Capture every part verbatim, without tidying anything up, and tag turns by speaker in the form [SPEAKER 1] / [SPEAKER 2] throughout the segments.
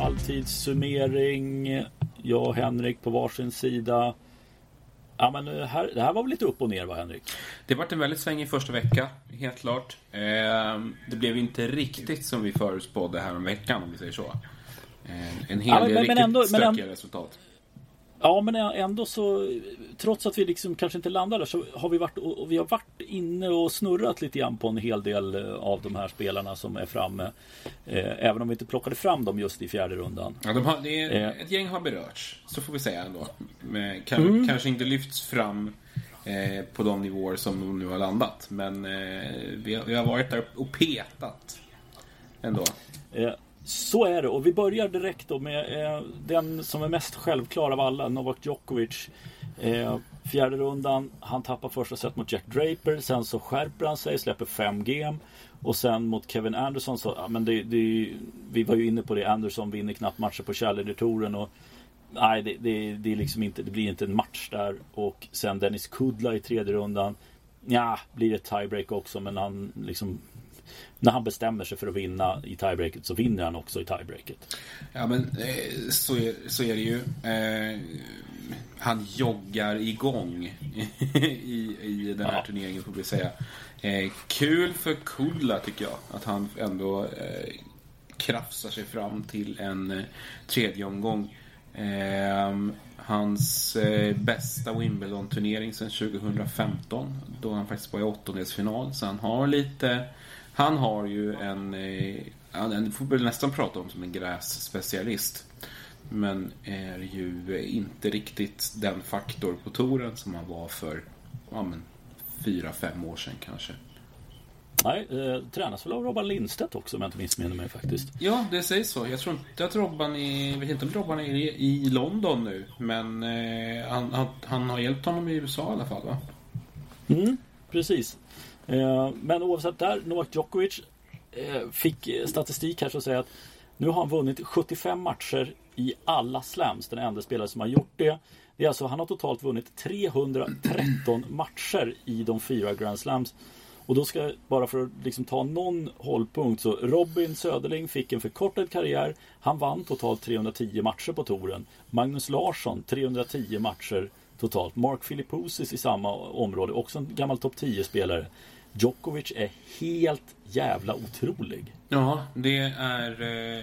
[SPEAKER 1] halvtidssummering. Jag och Henrik på varsin sida. Ja, men här, det här var väl lite upp och ner, va, Henrik?
[SPEAKER 2] Det var en väldigt sväng i första vecka, helt klart. Eh, det blev inte riktigt som vi förutspådde här om veckan, om vi säger så. Eh, en hel ja, men, del men, riktigt ändå, stökiga men, resultat.
[SPEAKER 1] Ja, men ändå så, trots att vi liksom kanske inte landar där, så har vi varit, och vi har varit inne och snurrat lite grann på en hel del av de här spelarna som är framme. Eh, även om vi inte plockade fram dem just i fjärde rundan.
[SPEAKER 2] Ja, de har, det är, eh. ett gäng har berörts, så får vi säga ändå. Men, kan, mm. Kanske inte lyfts fram eh, på de nivåer som de nu har landat. Men eh, vi, har, vi har varit där och petat ändå.
[SPEAKER 1] Eh. Så är det, och vi börjar direkt då med eh, den som är mest självklar av alla, Novak Djokovic. Eh, fjärde rundan, han tappar första set mot Jack Draper, sen så skärper han sig, släpper fem game, och sen mot Kevin Anderson så, ja, men det, det, vi var ju inne på det, Anderson vinner knappt matcher på Challenger-touren, och nej, det, det, det, är liksom inte, det blir inte en match där. Och sen Dennis Kudla i tredje rundan, ja, blir det tiebreak också, men han liksom, när han bestämmer sig för att vinna i tiebreaket så vinner han också i tiebreaket.
[SPEAKER 2] Ja, men eh, så, är, så är det ju. Eh, han joggar igång i, i den här ja. turneringen, får vi säga. Eh, kul för Kudla, tycker jag, att han ändå eh, krafsar sig fram till en eh, tredje omgång. Eh, hans eh, bästa Wimbledon-turnering sedan tjugohundrafemton, då han faktiskt var i åttondelsfinal. Så han har lite... Han har ju en, han får väl nästan prata om som en grässpecialist, men är ju inte riktigt den faktor på touren som han var för ja, men, fyra, fem år sedan kanske.
[SPEAKER 1] Nej, eh, tränas väl av Robban Lindstedt också, om jag inte missminner mig faktiskt.
[SPEAKER 2] Ja, det sägs så. Jag tror inte att Robban är, jag vet inte om Robban är i, i London nu, men eh, han, han, han har hjälpt honom i U S A i alla fall, va?
[SPEAKER 1] Mm, precis. Men oavsett där, Novak Djokovic fick statistik här som säger att nu har han vunnit sjuttiofem matcher i alla slams, den enda spelare som har gjort det. Det är alltså, han har totalt vunnit trehundratretton matcher i de fyra Grand Slams. Och då ska, bara för att liksom ta någon hållpunkt, så Robin Söderling fick en förkortad karriär. Han vann totalt trehundratio matcher på touren. Magnus Larsson trehundratio matcher totalt. Mark Philippoussis i samma område, också en gammal topp tio-spelare. Djokovic är helt jävla otrolig.
[SPEAKER 2] Ja, det är... Eh,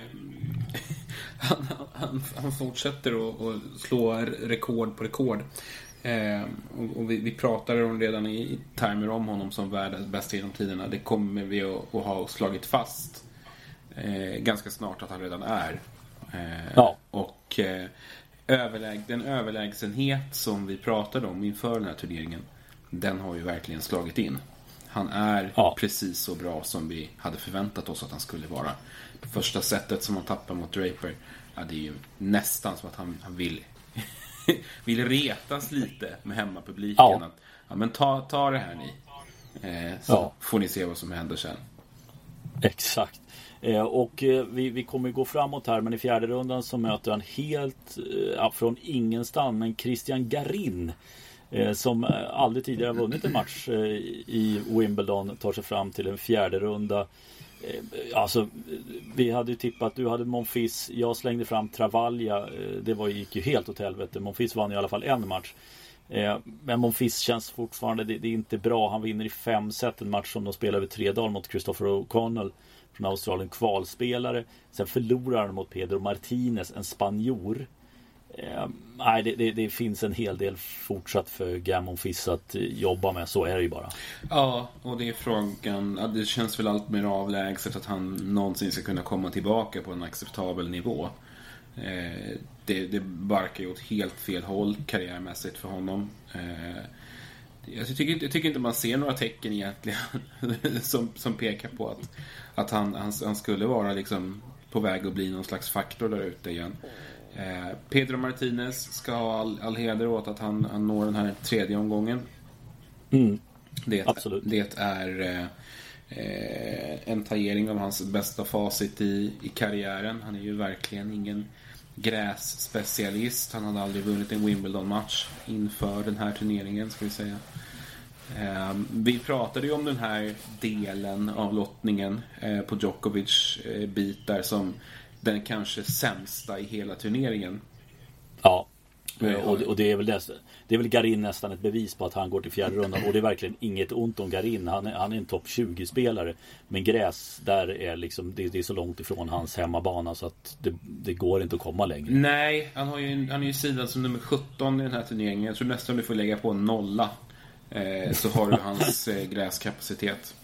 [SPEAKER 2] han, han, han fortsätter att, att slå rekord på rekord. Eh, och och vi, vi pratade om redan i, i timer om honom som världens bästa genom tiderna. Det kommer vi att, att ha slagit fast eh, ganska snart att han redan är. Eh,
[SPEAKER 1] ja.
[SPEAKER 2] Och... Eh, Överläg, den överlägsenhet som vi pratade om inför den här turneringen, den har ju verkligen slagit in. Han är ja. precis så bra som vi hade förväntat oss att han skulle vara. Första sättet som han tappar mot Draper, ja, det är ju nästan som att han, han vill vill retas lite med hemmapubliken. Ja. Att, ja, men ta, ta det här ni. Eh, så ja. får ni se vad som händer sen.
[SPEAKER 1] Exakt. Eh, och eh, vi, vi kommer gå framåt här, men i fjärde rundan så möter han helt eh, från ingenstans, men Christian Garin eh, som aldrig tidigare har vunnit en match eh, i Wimbledon, tar sig fram till en fjärde runda. Eh, alltså, vi hade ju tippat, du hade Monfils, jag slängde fram Travaglia, eh, det var, gick ju helt åt helvete. Monfils vann i alla fall en match. Eh, men Monfils känns fortfarande, det, det är inte bra. Han vinner i fem set, en match som de spelar över tre dagar mot Christopher O'Connell från Australien, kvalspelare. Sen förlorar han mot Pedro Martinez, en spanjor. Eh, nej, det, det, det finns en hel del fortsatt för Gammon Fiss att jobba med, så är det ju bara.
[SPEAKER 2] Ja, och det är frågan, ja, det känns väl allt mer avlägset att han någonsin ska kunna komma tillbaka på en acceptabel nivå. Eh, det, det barkar ju åt helt fel håll karriärmässigt för honom. Eh, jag, tycker, jag tycker inte man ser några tecken egentligen som, som pekar på att, att han, han, han skulle vara liksom på väg att bli någon slags faktor där ute igen. Eh, Pedro Martinez ska ha all, all heder åt att han, han når den här tredje omgången.
[SPEAKER 1] Mm,
[SPEAKER 2] det,
[SPEAKER 1] absolut.
[SPEAKER 2] Det är eh, en tajering av hans bästa facit i, i karriären. Han är ju verkligen ingen grässpecialist. Han hade aldrig vunnit en Wimbledon-match inför den här turneringen, ska vi säga. Eh, vi pratade ju om den här delen av lottningen eh, på Djokovic eh, bit där som den kanske sämsta i hela turneringen.
[SPEAKER 1] Ja. Och, och det är väl det, det är väl Garin nästan ett bevis på att han går till fjärde rundan. Och det är verkligen inget ont om Garin. Han är, han är en topp tjugo-spelare. Men gräs, där är liksom, det, det är så långt ifrån hans hemmabana så att det, det går inte att komma längre.
[SPEAKER 2] Nej, han, har ju, han är ju sidan som nummer sjutton i den här turneringen. Jag tror nästan du får lägga på en nolla. Eh, så har du hans eh, gräskapacitet.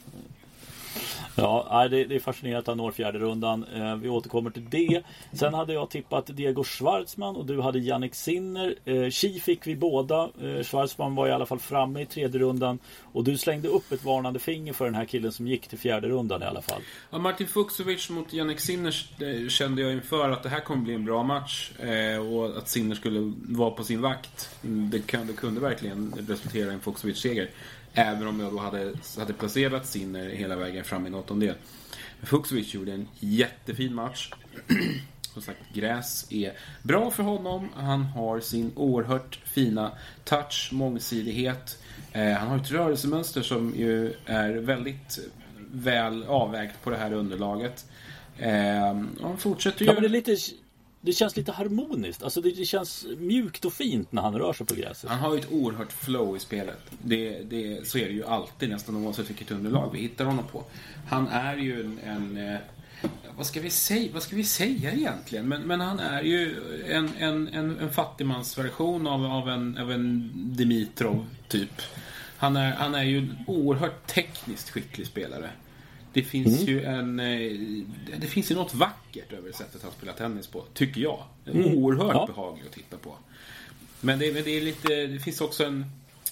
[SPEAKER 1] Ja, det är fascinerande att han når fjärde rundan. Vi återkommer till det. Sen hade jag tippat Diego Schwartzman och du hade Jannik Sinner. Chi fick vi båda. Schwartzman var i alla fall framme i tredje rundan. Och du slängde upp ett varnande finger för den här killen som gick till fjärde rundan i alla fall.
[SPEAKER 2] Ja, Martin Fucsovics mot Jannik Sinner kände jag inför att det här kommer bli en bra match. Och att Sinner skulle vara på sin vakt. Det kunde, det kunde verkligen resultera i en Fucsovic-seger. Även om jag då hade, hade placerat Sinner hela vägen fram i något om det. Fucsovic gjorde en jättefin match. Som sagt, gräs är bra för honom. Han har sin oerhört fina touch, mångsidighet. Eh, han har ett rörelsemönster som ju är väldigt väl avvägt på det här underlaget. Eh, han fortsätter ju...
[SPEAKER 1] Ja, men det är lite... Det känns lite harmoniskt. Alltså det, det känns mjukt och fint när han rör sig på gräset.
[SPEAKER 2] Han har ju ett oerhört flow i spelet. Det, det, så är det ju alltid nästan oavsett vilket underlag vi hittar honom på. Han är ju en... en vad, ska vi säga, vad ska vi säga egentligen? Men, men han är ju en, en, en, en fattigmansversion av, av, en, av en Dimitrov typ. Han är, han är ju en oerhört tekniskt skicklig spelare. Det finns mm. ju en det finns ju något vackert över sättet att spela tennis på, tycker jag. En mm. oerhört ja. behaglig att titta på. Men det, men det är lite, det finns också en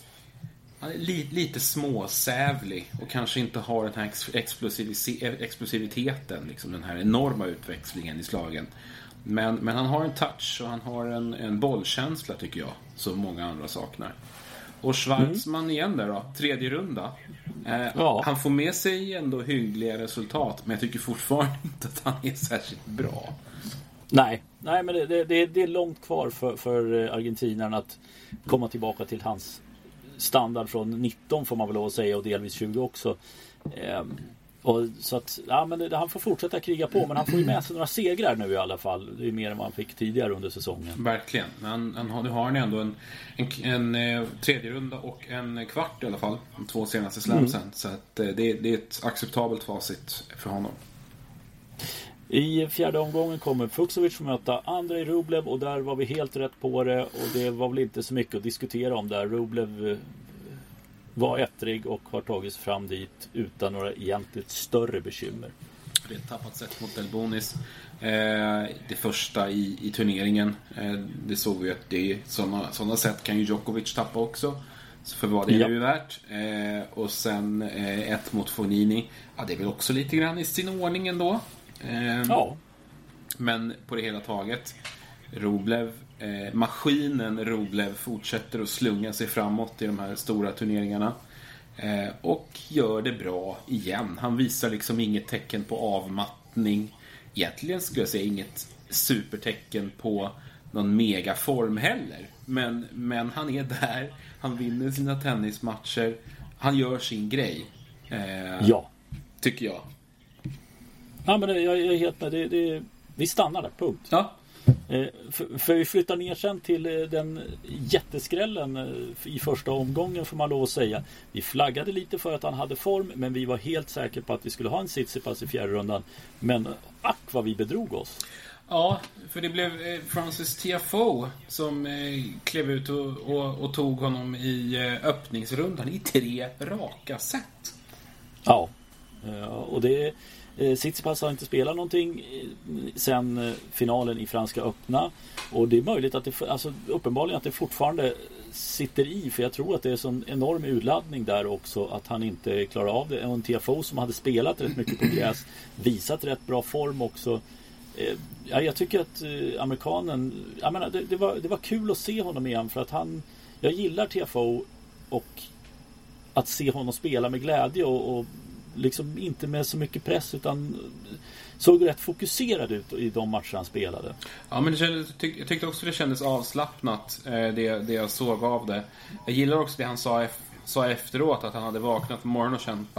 [SPEAKER 2] lite, lite småsävlig och kanske inte har den här explosiviteten, liksom den här enorma utväxlingen i slagen. Men, men han har en touch och han har en, en bollkänsla, tycker jag, som många andra saknar. Och Schwartzman mm. igen där då, tredje runda. Eh, ja. Han får med sig ändå hyggliga resultat, men jag tycker fortfarande inte att han är särskilt bra.
[SPEAKER 1] Nej, nej men det, det, det är långt kvar för, för argentinarna att komma tillbaka till hans standard från nitton, får man väl lov att säga, och delvis tjugo också. Eh, och så att, ja, men det, han får fortsätta kriga på, men han får ju med sig några segrar nu i alla fall. Det är mer än vad han fick tidigare under säsongen.
[SPEAKER 2] Verkligen, men han, han, nu har han ändå en, en, en, en tredje runda och en kvart i alla fall, de två senaste slamsen. Mm. Så att det, det är ett acceptabelt facit för honom.
[SPEAKER 1] I fjärde omgången kommer Fucsovic möta Andrei Rublev, och där var vi helt rätt på det, och det var väl inte så mycket att diskutera om där. Rublev var ettrig och har tagit sig fram dit utan några egentligt större bekymmer.
[SPEAKER 2] Det är ett tappat sätt mot Delbonis. Eh, det första i, i turneringen. Eh, det såg vi att det är sådana, sådana sätt kan ju Djokovic tappa också. Så för vad det är ja. ju värt. Eh, och sen eh, ett mot Fognini. Ja, det är väl också lite grann i sin ordning ändå. Eh,
[SPEAKER 1] ja.
[SPEAKER 2] Men på det hela taget, Rublev, eh, maskinen Rublev fortsätter att slunga sig framåt i de här stora turneringarna. Eh, och gör det bra igen. Han visar liksom inget tecken på avmattning. Egentligen skulle jag säga inget supertecken på någon megaform heller. Men, men han är där. Han vinner sina tennismatcher. Han gör sin grej. Eh,
[SPEAKER 1] ja.
[SPEAKER 2] Tycker jag.
[SPEAKER 1] Ja, men det, jag är helt med. Det, det, vi stannar där, punkt.
[SPEAKER 2] Ja.
[SPEAKER 1] Eh, för, för vi flyttar ner sen till eh, den jätteskrällen eh, i första omgången, får man lov att säga. Vi flaggade lite för att han hade form, men vi var helt säkra på att vi skulle ha en Tsitsipas i fjärde rundan. Men ack vad vi bedrog oss.
[SPEAKER 2] Ja, för det blev eh, Francis Tiafoe som eh, klev ut och, och, och tog honom i eh, öppningsrundan i tre raka set.
[SPEAKER 1] Ja, eh, och det Tsitsipas har inte spelat någonting sen finalen i Franska öppna, och det är möjligt att det, alltså uppenbarligen att det fortfarande sitter i, för jag tror att det är sån enorm urladdning där också att han inte klarar av det. En Tiafoe som hade spelat rätt mycket på gräs, visat rätt bra form också. Ja, jag tycker att amerikanen, jag menar, det, det, var, det var kul att se honom igen, för att han, jag gillar Tiafoe, och att se honom spela med glädje och, och liksom inte med så mycket press, utan såg rätt fokuserad ut i de matcher han spelade.
[SPEAKER 2] Ja, men det kändes, tyck, jag tyckte också det kändes avslappnat, eh, det, det jag såg av det. Jag gillar också det han sa, ef, sa efteråt, att han hade vaknat på morgonen och känt bara,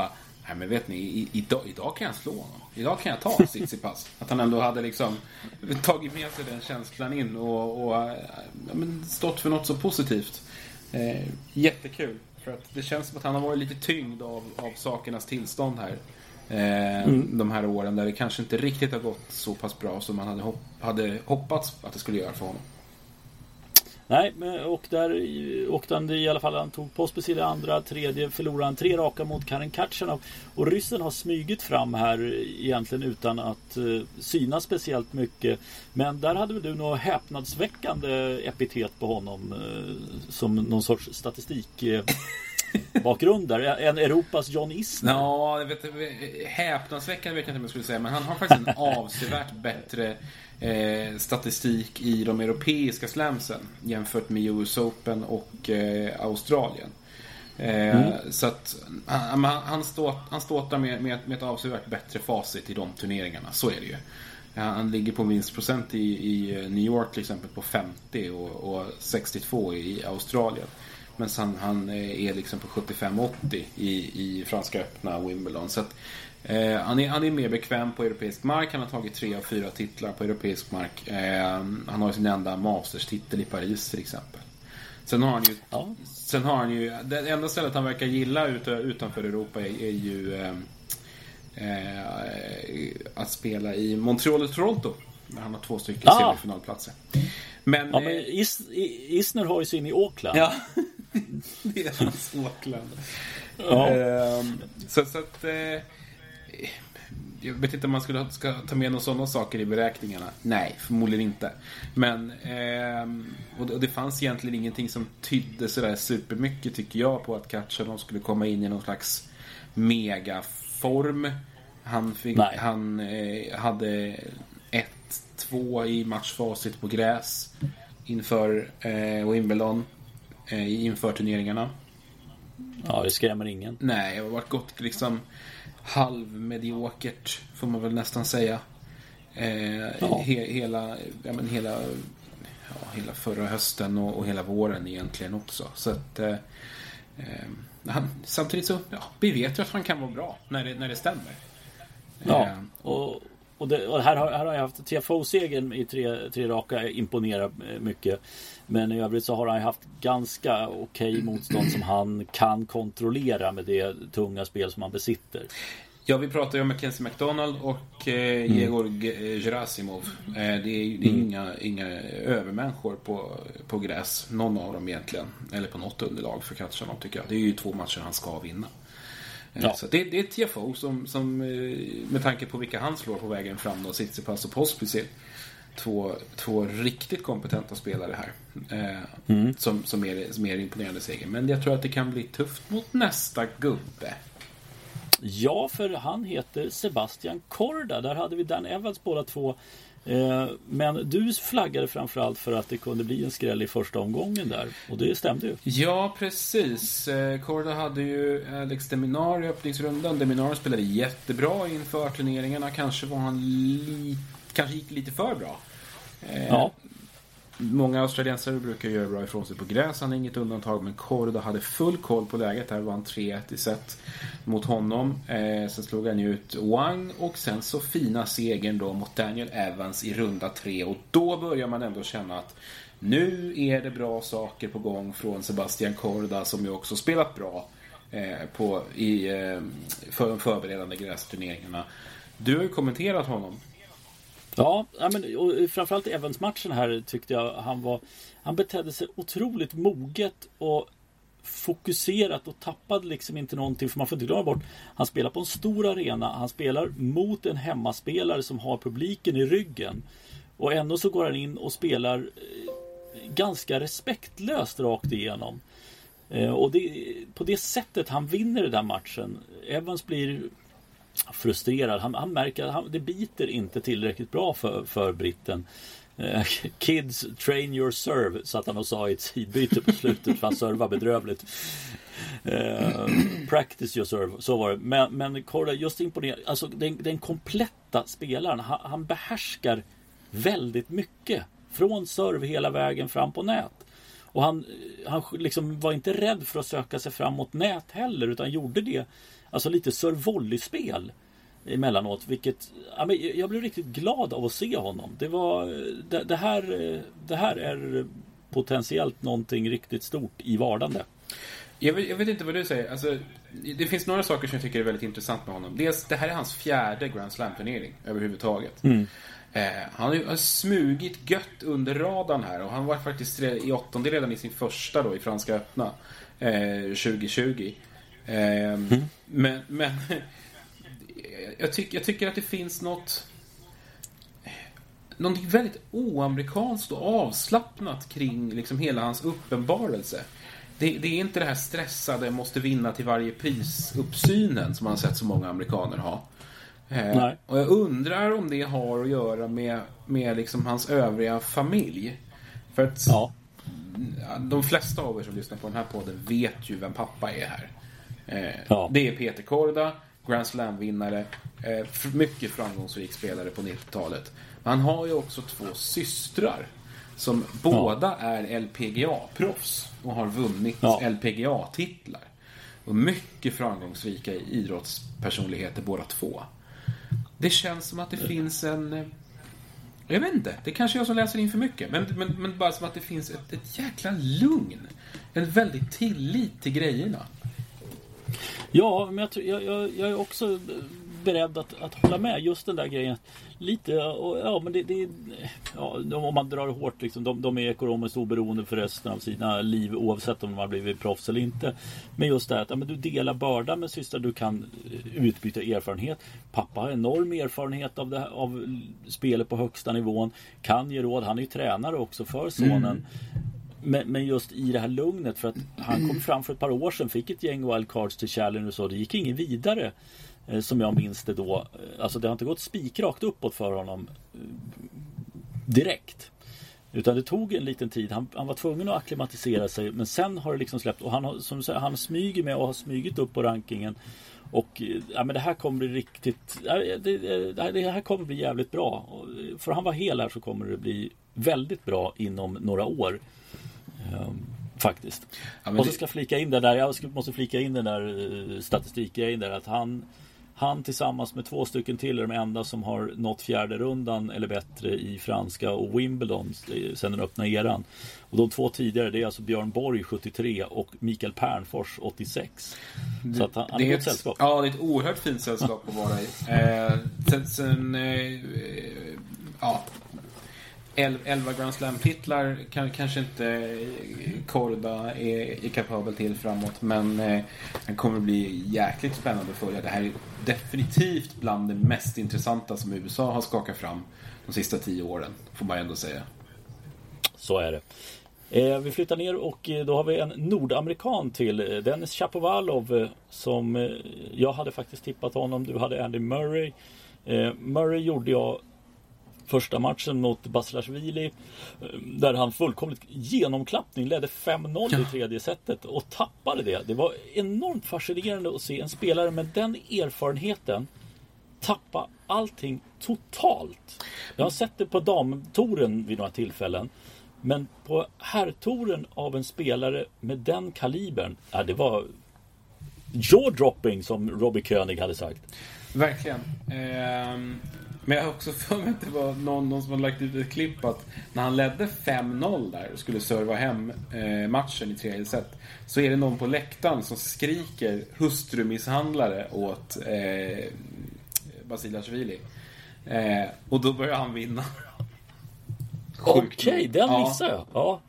[SPEAKER 2] Nej, men vet ni, i, idag, idag kan jag slå honom. Idag kan jag ta Tsitsipas. Att han ändå hade liksom tagit med sig den känslan in och, och ja, men stått för något så positivt. Eh, jättekul. För att det känns som att han har varit lite tyngd av, av sakernas tillstånd här. Eh, mm. De här åren där det kanske inte riktigt har gått så pass bra som man hade, hopp, hade hoppats att det skulle göra för honom.
[SPEAKER 1] Nej, och där åkte han i alla fall, han tog Pospisil i andra, tredje förlorade han tre raka mot Karen Khachanov. Och ryssen har smygit fram här egentligen utan att uh, synas speciellt mycket. Men där hade väl du något häpnadsväckande epitet på honom uh, som någon sorts statistik uh, bakgrund där. En Europas John Isner.
[SPEAKER 2] Ja, jag vet, häpnadsväckande vet jag inte om jag skulle säga, men han har faktiskt en avsevärt bättre Eh, statistik i de europeiska slamsen jämfört med U S Open och eh, Australien. Eh, mm. Så att han, han, stå, han ståtar med, med, med ett avsevärt bättre facit i de turneringarna. Så är det ju. Han ligger på vinstprocent i, i New York till exempel på femtio och, och sextiotvå i Australien. Men han, han är liksom på sjuttiofem åttio i, i franska öppna Wimbledon. Så att Eh, han, är, han är mer bekväm på europeisk mark. Han har tagit tre av fyra titlar på europeisk mark. eh, Han har sin enda Masters-titel i Paris till exempel. Sen har han ju, ja. sen har han ju det enda stället han verkar gilla ut, utanför Europa är, är ju eh, eh, att spela i Montreal och Toronto, där han har två stycken ah. semifinalplatser. Men,
[SPEAKER 1] ja, men Is, Isner har ju sin i Auckland.
[SPEAKER 2] Ja, det är hans Auckland. Ja. eh, Så, så att eh, jag vet inte om man skulle ska ta med några sådana saker i beräkningarna. Nej, förmodligen inte. Men eh, och det fanns egentligen ingenting som tydde sådär supermycket, tycker jag, på att Khachanov skulle komma in i någon slags megaform. Han, fick, han eh, hade ett två i matchfacit på gräs inför eh, Wimbledon eh, inför turneringarna.
[SPEAKER 1] Ja, det skrämmer ingen.
[SPEAKER 2] Nej, det har varit gott liksom halvmediokert får man väl nästan säga. Eh, ja. he, hela, ja, men hela, ja, hela förra hösten och, och hela våren egentligen också. Så att eh, han, samtidigt så ja, vi vet ju att han kan vara bra när det, när det stämmer.
[SPEAKER 1] Ja, eh, och, och, det, och här, har, här har jag haft T F O-segern i tre, tre raka imponerar mycket. Men i övrigt så har han haft ganska okej motstånd som han kan kontrollera med det tunga spel som han besitter.
[SPEAKER 2] Ja, vi pratar ju om Mackenzie McDonald och eh, mm. Jegor Gerasimov. Eh, det är, det är mm. inga, inga övermänniskor på, på gräs. Någon av dem egentligen. Eller på något underlag för Khachanov, tycker jag. Det är ju två matcher han ska vinna. Eh, ja. Så det, det är T F O som, som med tanke på vilka han slår på vägen fram då, Tsitsipas och Pospisil. Två, två riktigt kompetenta spelare här eh, mm. som, som, är, som är imponerande seger. Men jag tror att det kan bli tufft mot nästa gubbe.
[SPEAKER 1] Ja, för han heter Sebastian Korda. Där hade vi Dan Evans båda två. eh, Men du flaggade framförallt för att det kunde bli en skräll i första omgången där. Och det stämde ju.
[SPEAKER 2] Ja, precis. eh, Korda hade ju Alex de Minaur i öppningsrundan. De Minaur spelade jättebra inför turneringarna. Kanske var han li- Kanske gick lite för bra. Eh, ja. Många australiensare brukar göra bra ifrån sig på gräs. Han är inget undantag, men Korda hade full koll på läget. Här var han tre ett i set mot honom. Eh, sen slog han ju ut Wang och sen så fina segern då mot Daniel Evans i runda tre. Och då börjar man ändå känna att nu är det bra saker på gång från Sebastian Korda, som ju också spelat bra eh, på, i, eh, för de förberedande grästurneringarna. Du har ju kommenterat honom.
[SPEAKER 1] Ja, men och framförallt i Evans-matchen här tyckte jag han var han betedde sig otroligt moget och fokuserat och tappade liksom inte någonting, för man får inte glömma bort, han spelar på en stor arena, han spelar mot en hemmaspelare som har publiken i ryggen, och ändå så går han in och spelar ganska respektlöst rakt igenom. Och det, på det sättet han vinner den där matchen. Evans blir frustrerad. Han, han märker att han, det biter inte tillräckligt bra för, för britten. Eh, kids, train your serve, så att han sa i ett sidbyte på slutet, för han servar bedrövligt. Eh, practice your serve, så var det. Men, men Korda, just imponerad. Alltså den, den kompletta spelaren. Han, han behärskar väldigt mycket. Från serve hela vägen fram på nät. Och han, han liksom var inte rädd för att söka sig fram mot nät heller, utan gjorde det alltså lite servolleyspel emellanåt, vilket ja, men jag blev riktigt glad av att se honom. Det var det, det här det här är potentiellt någonting riktigt stort i vardande.
[SPEAKER 2] Jag vet, jag vet inte vad du säger. Alltså, det finns några saker som jag tycker är väldigt intressant med honom. Dels, det här är hans fjärde Grand Slam-turnering överhuvudtaget. Mm. Eh, han har smugit gött under radarn här. Och han var faktiskt i åttonde redan i sin första då, i Franska öppna eh, tjugo tjugo. Eh, mm. Men, men jag, tyck, jag tycker att det finns något någonting väldigt oamerikanskt och avslappnat kring liksom hela hans uppenbarelse. Det, det är inte det här stressade, måste vinna till varje pris uppsynen som man har sett så många amerikaner ha. Eh, och jag undrar om det har att göra med, med liksom hans övriga familj. För att ja. de flesta av er som lyssnar på den här podden vet ju vem pappa är här. Eh, ja. Det är Peter Korda, Grand Slam-vinnare, eh, mycket framgångsrik spelare på nittiotalet. Men han har ju också två systrar som båda ja. är L P G A-proffs och har vunnit ja. L P G A-titlar. Och mycket framgångsrika idrottspersonligheter båda två. Det känns som att det finns en... Jag vet inte, det är kanske jag som läser in för mycket. Men, men, men bara som att det finns ett, ett jäkla lugn. En väldigt tillit till grejerna.
[SPEAKER 1] Ja, men jag, jag, jag, jag är också beredd att, att hålla med just den där grejen. Lite, och, ja men det, det ja, om man drar hårt liksom, de, de är ekonomiskt oberoende för resten av sina liv oavsett om de har blivit proffs eller inte. Men just det här att ja, men du delar bördan med systrar, du kan utbyta erfarenhet. Pappa har enorm erfarenhet av, det här, av spelet på högsta nivån, kan ge råd, han är ju tränare också för sonen. Mm. Men, men just i det här lugnet, för att han kom fram för ett par år sedan, fick ett gäng wildcards till Challenge och så, det gick ingen vidare. Som jag minns det då. Alltså det har inte gått spikrakt uppåt för honom direkt. Utan det tog en liten tid. Han, han var tvungen att akklimatisera sig. Men sen har det liksom släppt. Och han, har, som du säger, han smyger med och har smygit upp på rankingen. Och ja, men det här kommer bli riktigt... Ja, det, det, det här kommer bli jävligt bra. För han var hel här så kommer det bli väldigt bra inom några år. Um, faktiskt. Ja, och så ska jag flika in det där. Jag måste flika in den där statistikgrejen där. Att han... Han tillsammans med två stycken till är de enda som har nått fjärde rundan eller bättre i franska och Wimbledon sen den öppna eran. Och de två tidigare, det är alltså Björn Borg sjuttiotre och Mikael Pernfors åttiosex. Så att han, han är ett sällskap.
[SPEAKER 2] Ja, det är ett oerhört fint sällskap att vara i. Eh, sen, sen eh, ja, elva Grand Slam-titlar kan, kanske inte Korda är, är kapabel till framåt, men eh, den kommer att bli jäkligt spännande att följa. Det här är definitivt bland det mest intressanta som U S A har skakat fram de sista tio åren, får man ändå säga.
[SPEAKER 1] Så är det. Eh, vi flyttar ner och då har vi en nordamerikan till, Denis Shapovalov, som eh, jag hade faktiskt tippat honom. Du hade Andy Murray. Eh, Murray gjorde jag första matchen mot Basilashvili, där han fullkomligt genomklappning ledde fem noll i tredje setet och tappade det. Det var enormt fascinerande att se en spelare med den erfarenheten tappa allting totalt. Jag har sett det på damtoren vid några tillfällen, men på herrtoren av en spelare med den kalibern, ja, det var jaw-dropping som Robbie König hade sagt.
[SPEAKER 2] Verkligen. Ehm... Men jag har också för mig att det var någon, någon som hade lagt ut ett klipp att när han ledde fem noll där och skulle serva hem eh, matchen i tredje set, så är det någon på läktaren som skriker hustrumisshandlare åt eh, Basilashvili. Eh, och då börjar han vinna.
[SPEAKER 1] Okej, okay, den missar jag. Ja.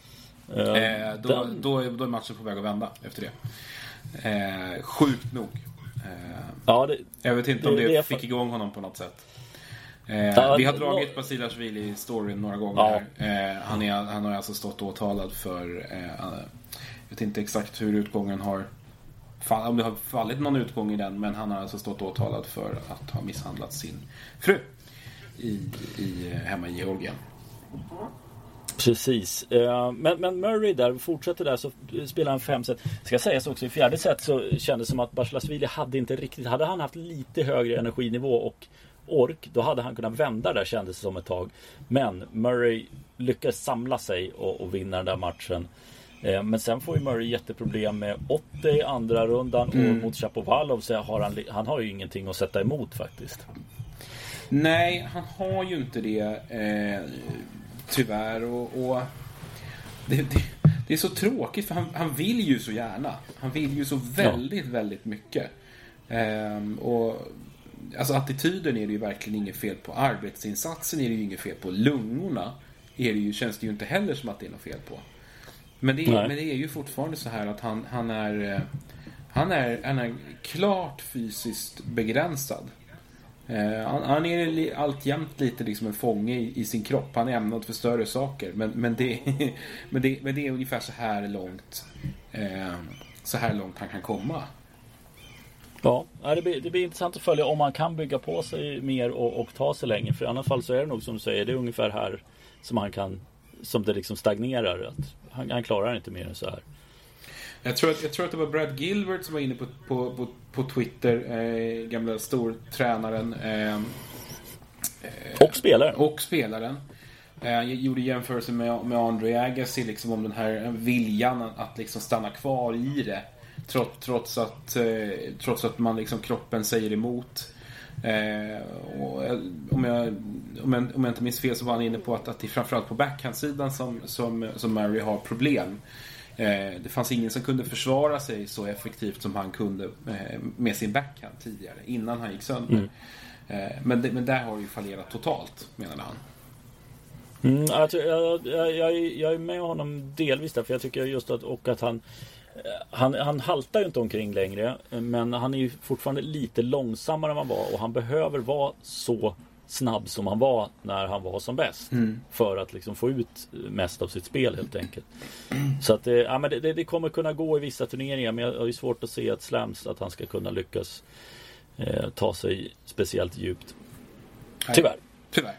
[SPEAKER 2] Eh, då, den... då, då är matchen på väg att vända efter det. Eh, sjukt nog. Eh, ja, det, jag vet inte det, om det, det fick för... igång honom på något sätt. Eh, ja, vi har dragit no... Basilashvili i storyn några gånger ja. här. Eh, han, är, han har alltså stått åtalad för eh, jag vet inte exakt hur utgången har fall, om det har fallit någon utgång i den, men han har alltså stått åtalad för att ha misshandlat sin fru i, i, hemma i Georgien.
[SPEAKER 1] Precis. Men, men Murray där fortsätter där, så spelar han fem set. Ska sägas också, i fjärde set så kändes det som att Basilashvili hade inte riktigt, hade han haft lite högre energinivå och ork, då hade han kunnat vända där, kändes det som ett tag. Men Murray lyckas samla sig och, och vinna den där matchen. Eh, men sen får ju Murray jätteproblem med åttio i andra rundan och mm. mot Shapovalov så har han, han har ju ingenting att sätta emot faktiskt.
[SPEAKER 2] Nej, han har ju inte det eh, tyvärr och, och det, det, det är så tråkigt för han, han vill ju så gärna. Han vill ju så väldigt, ja. väldigt mycket. Eh, och alltså attityden är det ju verkligen inget fel på. Arbetsinsatsen är det ju inget fel på. Lungorna är det ju, känns det ju inte heller som att det är något fel på. Men det är, men det är ju fortfarande så här att han, han, är, han, är, han är klart fysiskt begränsad. Eh, han, han är alltjämt lite liksom en fånge i, i sin kropp. Han är ämnad för större saker. Men, men, det, men, det, men det är ungefär så här långt eh, så här långt han kan komma.
[SPEAKER 1] Ja, det blir, det blir intressant att följa om man kan bygga på sig mer och, och ta sig längre. För i alla fall så är det nog som du säger, det är ungefär här som han kan, som det liksom stagnerar. Att han, han klarar inte mer än så här.
[SPEAKER 2] Jag tror att, jag tror att det var Brad Gilbert som var inne på, på, på, på Twitter, eh, gamla stortränaren. Eh,
[SPEAKER 1] och spelaren.
[SPEAKER 2] Och spelaren. Eh, jag gjorde jämförelse med, med Andre Agassi liksom, om den här viljan att, att liksom stanna kvar i det. Trots, trots, att, eh, trots att man liksom, kroppen säger emot. Eh, och, om, jag, om, jag, om jag inte minns fel så var han inne på att, att det är framförallt på backhandsidan som, som, som Murray har problem. Eh, det fanns ingen som kunde försvara sig så effektivt som han kunde eh, med sin backhand tidigare, innan han gick sönder. Mm. Eh, men, det, men där har det ju fallerat totalt, menade han.
[SPEAKER 1] Mm, alltså, jag, jag, jag, jag är med honom delvis där, för jag tycker just att, och att han Han, han haltar ju inte omkring längre, men han är ju fortfarande lite långsammare än han var, och han behöver vara så snabb som han var när han var som bäst mm. för att liksom få ut mest av sitt spel helt enkelt. Så att ja, men det, det kommer kunna gå i vissa turneringar, men jag har ju svårt att se att slams att han ska kunna lyckas eh, ta sig speciellt djupt. Tyvärr.
[SPEAKER 2] Tyvärr.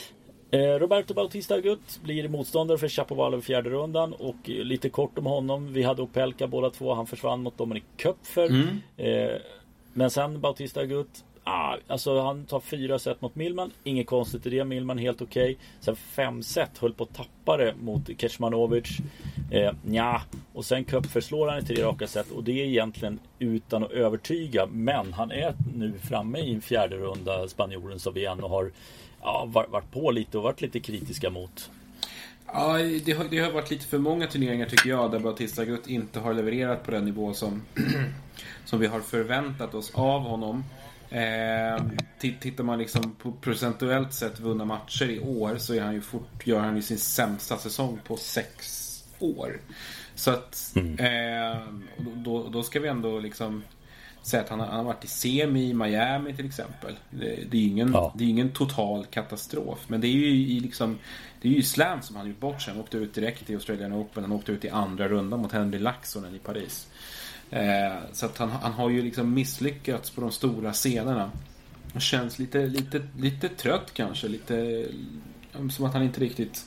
[SPEAKER 1] Eh, Roberto Bautista Agut blir motståndare för Shapovalov i fjärde rundan. Och lite kort om honom, vi hade Opelka båda två, han försvann mot Dominik Köpfer. mm. eh, Men sen Bautista Agut, ah, alltså han tar fyra set mot Millman, inget konstigt i det, Millman helt okej. Okay. Sen fem set höll på att tappa det mot Kecmanovic. eh, Nja, och sen Köpfer slår han i tre raka set, och det är egentligen utan att övertyga. Men han är nu framme i en fjärde runda, spanjoren, som vi ändå har Ja, varit på lite och varit lite kritiska mot.
[SPEAKER 2] Ja, det har, det har varit lite för många turneringar tycker jag, där Bautista Agut inte har levererat på den nivå som, som vi har förväntat oss av honom. Eh, tittar man liksom på procentuellt sett vunna matcher i år, så är han ju fort, gör han ju sin sämsta säsong på sex år. Så att mm. eh, då, då ska vi ändå liksom säga att han har, han har varit i semi i Miami till exempel. Det, det är ingen, ja. det är ingen total katastrof, men det är ju i liksom, det är ju slam som han gjort bort sig. Han åkte ut direkt i Australian Open, han åkte ut i andra rundan mot Henry Laxonen i Paris. Eh, så att han, han har ju liksom misslyckats på de stora scenerna. Han känns lite, lite, lite trött kanske, lite som att han inte riktigt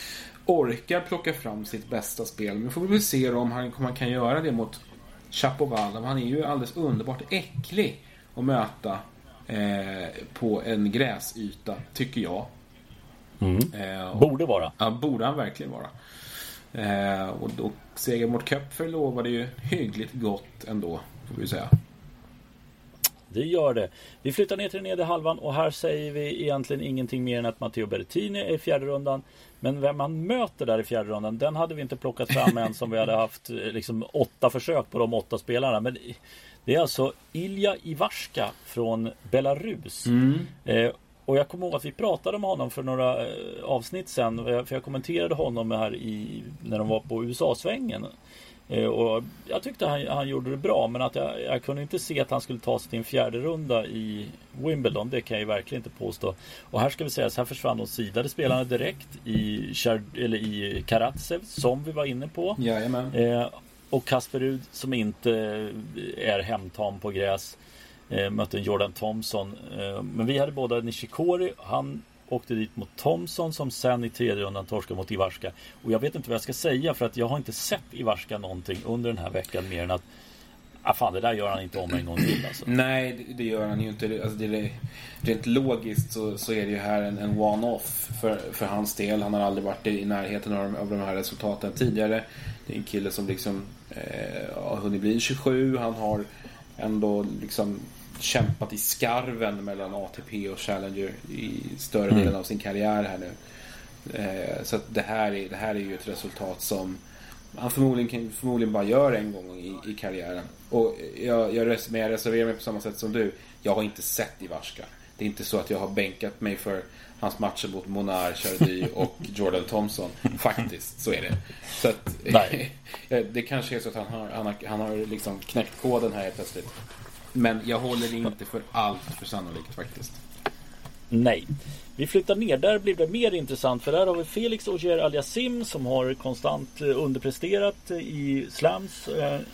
[SPEAKER 2] orkar plocka fram sitt bästa spel. Men får vi väl se om han, om han kan göra det mot Shapovalov. Han är ju alldeles underbart äcklig att möta eh, på en gräsyta, tycker jag.
[SPEAKER 1] Mm. Eh, och, borde vara.
[SPEAKER 2] Ja, borde han verkligen vara. Eh, och, och seger mot Köpfer lovade ju hyggligt gott ändå, får vi säga.
[SPEAKER 1] Det gör det. Vi flyttar ner till den nedre halvan, och här säger vi egentligen ingenting mer än att Matteo Berrettini är i fjärde rundan. Men vem man möter där i fjärde rundan, den hade vi inte plockat fram än, som vi hade haft liksom åtta försök på de åtta spelarna. Men det är alltså Ilja Ivashka från Belarus. Mm. Eh, och jag kommer ihåg att vi pratade om honom för några eh, avsnitt sen, för jag kommenterade honom här i, när de var på U S A-svängen. Eh, och jag tyckte han, han gjorde det bra, men att jag, jag kunde inte se att han skulle ta sig till en fjärde runda i Wimbledon, det kan jag verkligen inte påstå. Och här ska vi säga, så här försvann de sidade spelarna direkt i, eller i Karatsev, som vi var inne på.
[SPEAKER 2] Jajamän.
[SPEAKER 1] Eh, och Kasper Ruud, som inte är hemtam på gräs, eh, mötte Jordan Thompson. Eh, men vi hade båda Nishikori, han åkte dit mot Thompson, som sen i tredje rundan torskade mot Ivashka. Och jag vet inte vad jag ska säga, för att jag har inte sett Ivashka någonting under den här veckan, mer än att ah, fan, det där gör han inte om en gång till alltså.
[SPEAKER 2] Nej, det, det gör han ju inte. Alltså, det är, rent logiskt så, så är det ju här en, en one-off för, för hans del. Han har aldrig varit i närheten av de, av de här resultaten tidigare. Det är en kille som liksom eh, har hunnit bli tjugosju. Han har ändå liksom kämpat i skarven mellan A T P och Challenger i större mm. delen av sin karriär här nu. Eh, så att det här är, det här är ju ett resultat som han förmodligen, kan, förmodligen bara gör en gång i, i karriären. Och jag, jag, res, men jag reserverar mig på samma sätt som du. Jag har inte sett Ivashka. Det är inte så att jag har bänkat mig för hans matcher mot Monar, Chardy och Jordan Thompson. Faktiskt, så är det. Så att, det kanske är så att han har, han har, han har liksom knäckt koden här plötsligt. Men jag håller det inte för allt för sannolikt faktiskt.
[SPEAKER 1] Nej. Vi flyttar ner, där blir det mer intressant, för där har vi Felix Auger-Aliassime som har konstant underpresterat i slams.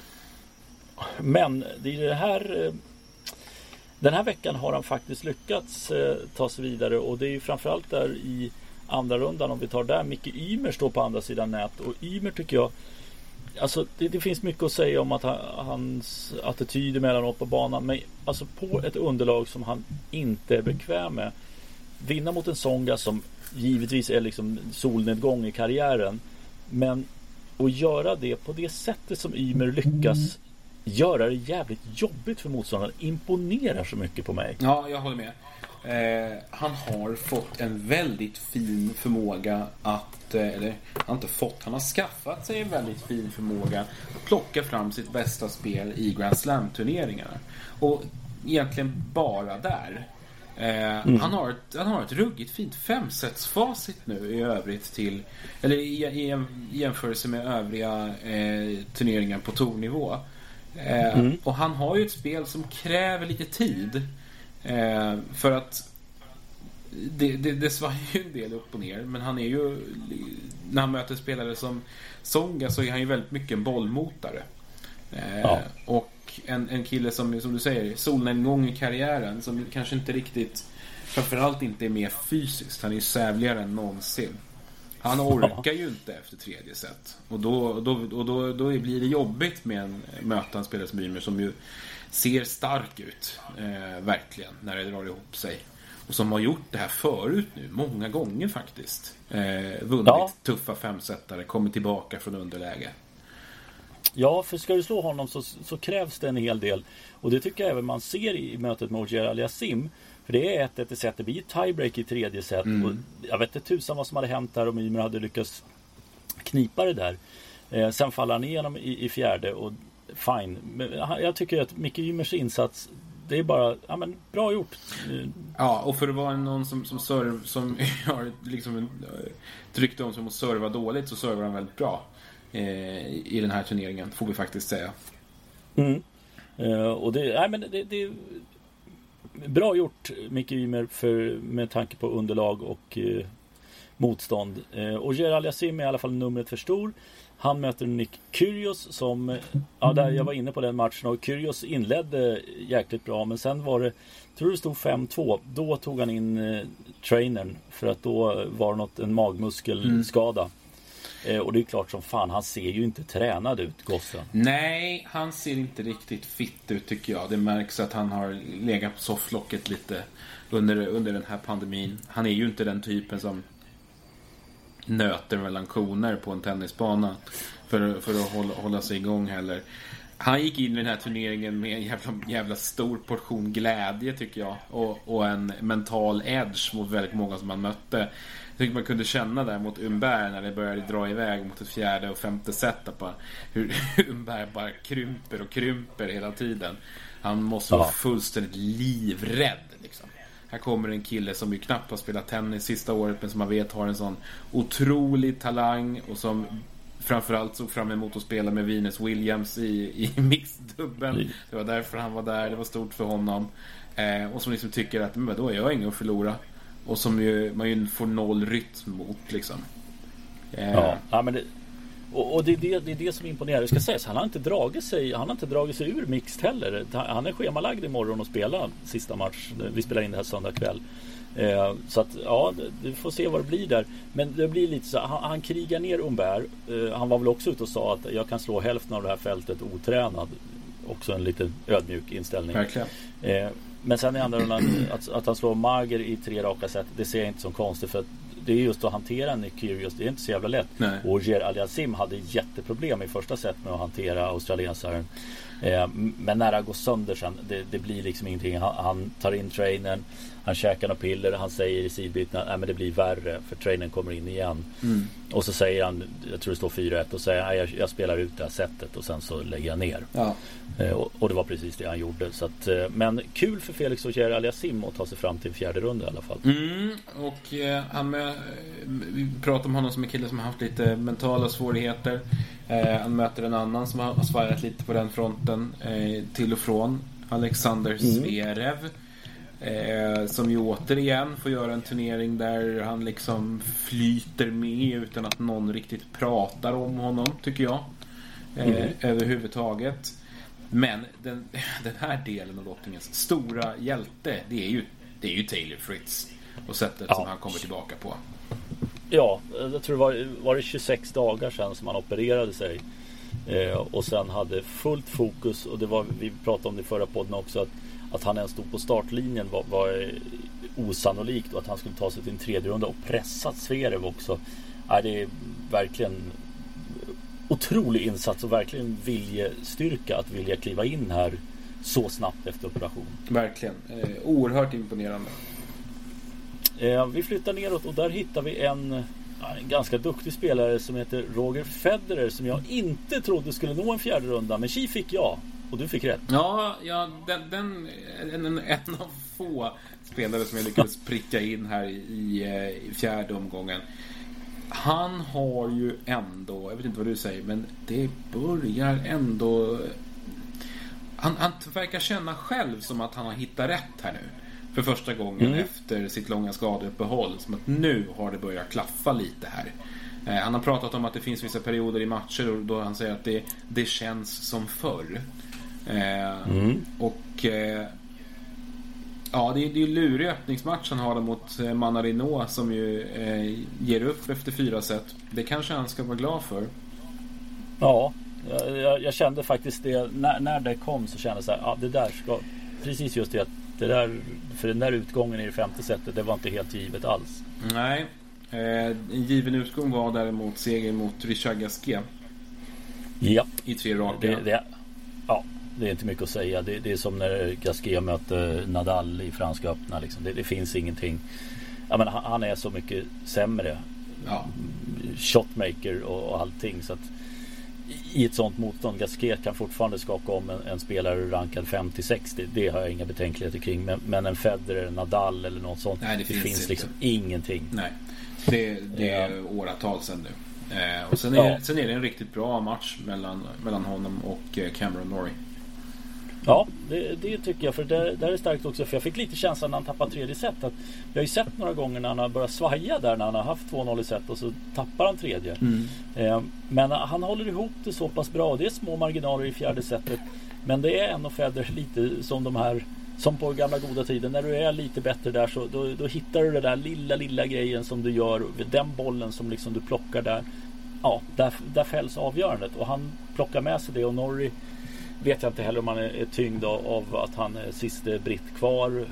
[SPEAKER 1] Men det är det här, den här veckan har han faktiskt lyckats ta sig vidare, och det är ju framförallt där i andra rundan, om vi tar där, Micke Ymer står på andra sidan nät, och Ymer tycker jag, alltså det, det finns mycket att säga om att han, hans attityd emellanåt på banan, men alltså på ett underlag som han inte är bekväm med, vinna mot en Tsonga som givetvis är liksom solnedgång i karriären, men att göra det på det sättet som Ymer lyckas göra det jävligt jobbigt för motståndaren imponerar så mycket på mig.
[SPEAKER 2] Ja, jag håller med. Eh, han har fått en väldigt fin förmåga att, eh, eller han har inte fått, han har skaffat sig en väldigt fin förmåga att plocka fram sitt bästa spel i Grand Slam-turneringarna. Och egentligen bara där. Eh, mm. han, har ett, han har ett ruggigt fint femsetsfacit nu i övrigt till, eller i, i, i jämförelse med övriga eh, turneringar på tournivå. Eh, mm. Och han har ju ett spel som kräver lite tid. Eh, för att det, det, det svajar ju en del upp och ner, men han är ju, när han möter spelare som Tsonga, så är han ju väldigt mycket en bollmotare. Eh, ja. Och en, en kille som, som du säger, solnedgång i karriären, som kanske inte riktigt, framförallt inte är mer fysiskt. Han är ju sävligare än någonsin. Han orkar ju inte efter tredje set. Och då, då, och då, då blir det jobbigt med en möta en spelare som Ymer, som ju ser stark ut, eh, verkligen, när det drar ihop sig. Och som har gjort det här förut nu, många gånger faktiskt. Eh, vunnit ja. tuffa femsetare, kommit tillbaka från underläge.
[SPEAKER 1] Ja, för ska du slå honom så, så krävs det en hel del. Och det tycker jag även man ser i mötet med Auger-Aliassime. För det är ett ett set, det blir ett tiebreak i tredje set. Mm. Och jag vet inte tusan vad som hade hänt där om Ymer hade lyckats knipa det där. Eh, sen faller han igenom i, i fjärde, och fine. Men jag tycker att Micke Ymers insats, det är bara, ja men, bra gjort.
[SPEAKER 2] Ja, och för att vara någon som, som, serv, som har liksom en, ett rykte om som att serva dåligt, så servar han väldigt bra eh, i den här turneringen, får vi faktiskt säga.
[SPEAKER 1] Mm. Eh, och det, nej, men det, det är bra gjort, Micke Ymer, för, med tanke på underlag och eh, motstånd. Eh, och Auger-Aliassime är i alla fall numret för stor. Han möter Nick Kyrgios som, ja, där jag var inne på den matchen, och Kyrgios inledde jäkligt bra, men sen var det, tror det stod fem två, då tog han in eh, trainern, för att då var det något, en magmuskelskada. Mm. Eh, och det är klart som fan, han ser ju inte tränad ut, gossen.
[SPEAKER 2] Nej, han ser inte riktigt fit ut, tycker jag. Det märks att han har legat på sofflocket lite under, under den här pandemin. Han är ju inte den typen som nöter mellan koner på en tennisbana för, för att hålla, hålla sig igång heller. Han gick in i den här turneringen med en jävla, jävla stor portion glädje, tycker jag, och, och en mental edge mot väldigt många som man mötte. Jag tycker man kunde känna där mot Humbert när det började dra iväg mot ett fjärde och femte set, på hur Humbert bara krymper och krymper hela tiden. Han måste vara fullständigt livrädd liksom. Här kommer en kille som ju knappt har spelat tennis sista året, men som man vet har en sån otrolig talang, och som framförallt såg fram emot att spela med Venus Williams i, i mixdubben. Det var därför han var där, det var stort för honom. Eh, och som liksom tycker att men då är jag ingen att förlora. Och som ju, man ju får noll rytm mot liksom. Eh.
[SPEAKER 1] Ja, ja, men det, och, och det, är det, det är det som imponerar. Det ska sägas, han har inte dragit sig, han har inte dragit sig ur mixed heller. Han är schemalagd imorgon och spelar sista match. Vi spelar in det här söndag kväll. Eh, så att ja, du får se vad det blir där. Men det blir lite så, han, han krigar ner Humbert. eh, Han var väl också ute och sa att jag kan slå hälften av det här fältet otränad. också en lite ödmjuk inställning.
[SPEAKER 2] Verkligen.
[SPEAKER 1] Eh, men sen i andra rundan att, att han slår Marger i tre raka set, det ser jag inte som konstigt, för att det är just att hantera Nick Kyrgios, det är inte så jävla lätt.
[SPEAKER 2] Nej.
[SPEAKER 1] Och Auger Aliassime hade jätteproblem i första set med att hantera australiensaren. Eh, men när det går sönder sen, det, det blir liksom ingenting. Han, han tar in trainern, han käkar några piller, han säger i sidbytena, nej men det blir värre för trainern kommer in igen.
[SPEAKER 2] Mm.
[SPEAKER 1] Och så säger han, jag tror det står fyra ett, och säger nej, jag, jag spelar ut det här setet och sen så lägger jag ner.
[SPEAKER 2] Ja.
[SPEAKER 1] Eh, och, och det var precis det han gjorde. Så att, eh, men kul för Felix Auger Aliassime att ta sig fram till en fjärde runda i alla fall.
[SPEAKER 2] Mm, och eh, han med, vi pratar om honom som en kille som har haft lite mentala svårigheter. Eh, han möter en annan som har svajat lite på den fronten eh, till och från. Alexander Zverev. Eh, som ju återigen får göra en turnering där han liksom flyter med utan att någon riktigt pratar om honom, tycker jag. Eh, mm. Överhuvudtaget. Men den, den här delen av lottningens stora hjälte, det är ju, det är ju Taylor Fritz. Och sättet ja. som han kommer tillbaka på.
[SPEAKER 1] Ja, jag tror det var, var det tjugosex dagar sedan som han opererade sig. Eh, och sen hade fullt fokus, och det var, vi pratade om det i förra podden också, att, att han ens stod på startlinjen var, var osannolikt, och att han skulle ta sig till en tredje runda och pressat Zverev också. Ja, det är verkligen otrolig insats och verkligen viljestyrka att vilja kliva in här så snabbt efter operation.
[SPEAKER 2] Verkligen, eh, oerhört imponerande.
[SPEAKER 1] Eh, vi flyttar neråt och där hittar vi en, en ganska duktig spelare som heter Roger Federer, som jag inte trodde skulle nå en fjärde runda, men tji fick jag och du fick rätt.
[SPEAKER 2] Ja, ja den, den en, en, en av få spelare som jag lyckades pricka in här i, i, i fjärde omgången. Han har ju ändå, jag vet inte vad du säger, men det börjar ändå, han, han verkar känna själv som att han har hittat rätt här nu. För första gången mm. efter sitt långa skadeuppehåll. Som att nu har det börjat klaffa lite här. Eh, han har pratat om att det finns vissa perioder i matcher då han säger att det, det känns som förr. Eh, mm. Och eh, ja, det är ju lurig öppningsmatch han har mot eh, Manarino, som ju eh, ger upp efter fyra set. Det kanske han ska vara glad för.
[SPEAKER 1] Ja, jag, jag kände faktiskt det när, när det kom, så kände jag så här, ja, det där ska, precis just det, det där, för den där utgången i det femte setet, det var inte helt givet alls.
[SPEAKER 2] Nej, eh, en given utgång var däremot seger mot Richard Gasquet.
[SPEAKER 1] Ja.
[SPEAKER 2] I tre raka.
[SPEAKER 1] Det, det, ja, det är inte mycket att säga. Det, det är som när Gasquet möter Nadal i Franska öppna. Liksom. Det, det finns ingenting. Ja, men han, han är så mycket sämre.
[SPEAKER 2] Ja.
[SPEAKER 1] Shotmaker och, och allting. Så att i ett sånt motstånd, Gasquet kan fortfarande skaka om en, en spelare rankad femtio sextio. Det har jag inga betänkligheter kring. Men, men en Federer, Nadal eller något sånt,
[SPEAKER 2] nej, det,
[SPEAKER 1] det
[SPEAKER 2] finns,
[SPEAKER 1] finns liksom ingenting.
[SPEAKER 2] Nej, det, det är ja. åratal sedan nu. Eh, och sen är, ja. sen är det en riktigt bra match mellan, mellan honom och Cameron Norrie.
[SPEAKER 1] Ja, det, det tycker jag. För det, det är starkt också. För jag fick lite känslan när han tappade tredje set. Att jag har ju sett några gånger när han har börjat svaja där, när han har haft två noll i set och så tappar han tredje. Mm. Eh, men han håller ihop det så pass bra. Det är små marginaler i fjärde setet. Men det är ändå Federer lite som de här, som på gamla goda tiden. När du är lite bättre där, så då, då hittar du det där lilla, lilla grejen som du gör. Den bollen som liksom du plockar där. Ja, där, där fälls avgörandet. Och han plockar med sig det, och Norrie vet jag inte heller om han är, är tyngd av, av att han är sista britt kvar.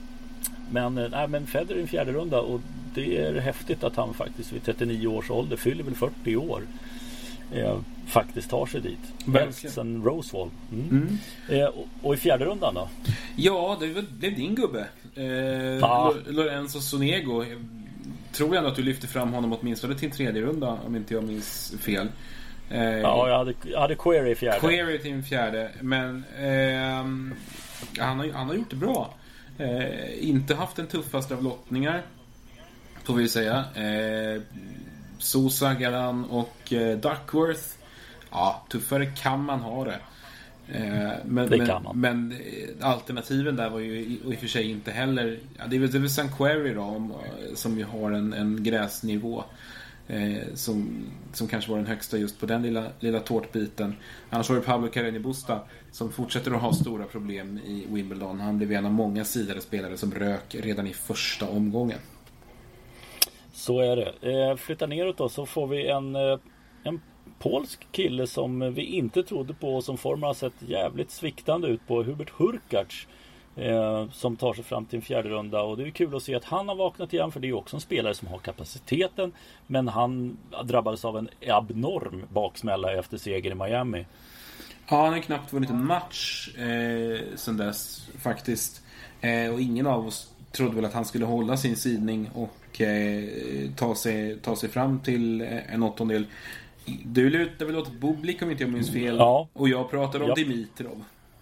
[SPEAKER 1] Men, nej, men Federer i en fjärde runda, och det är häftigt att han faktiskt vid trettionio års ålder, fyller väl fyrtio år, eh, faktiskt tar sig dit. Helst sen Rosewall. Mm. Mm. Eh, och, och i fjärde rundan då?
[SPEAKER 2] Ja, det blev din gubbe. Eh, ah. Lorenzo Sonego. Tror jag ändå att du lyfter fram honom åtminstone till tredje runda, om inte jag minns fel. Eh,
[SPEAKER 1] ja, jag hade, jag hade Query i fjärde.
[SPEAKER 2] Query till en fjärde. Men eh, han, har, han har gjort det bra. Eh, inte haft den tuffaste av lottningar, får vi säga. Eh, Sosa, Galan och eh, Duckworth. Ja, tuffare kan man ha det. Eh, men,
[SPEAKER 1] det kan man.
[SPEAKER 2] Men, men alternativen där var ju i, i och för sig inte heller. Ja, det är väl, det är väl San Query då, om, som ju har en, en gräsnivå. Eh, som, som kanske var den högsta just på den lilla, lilla tårtbiten. Annars var det Pablo Carreño Busta som fortsätter att ha stora problem i Wimbledon. Han blev en av många sidade spelare som rök redan i första omgången.
[SPEAKER 1] Så är det. Eh, flytta neråt då, så får vi en, en polsk kille som vi inte trodde på och som formen har sett jävligt sviktande ut på, Hubert Hurkacz, eh, som tar sig fram till en fjärde runda, och det är kul att se att han har vaknat igen, för det är också en spelare som har kapaciteten, men han drabbades av en abnorm baksmälla efter seger i Miami.
[SPEAKER 2] Ja, han har knappt vunnit en match eh, sedan dess faktiskt, eh, och ingen av oss trodde väl att han skulle hålla sin sidning och eh, ta, sig, ta sig fram till en åttondel. Du lutar väl åt Bublik om inte jag minns fel,
[SPEAKER 1] ja.
[SPEAKER 2] Och jag pratar om
[SPEAKER 1] ja.
[SPEAKER 2] Dimitrov.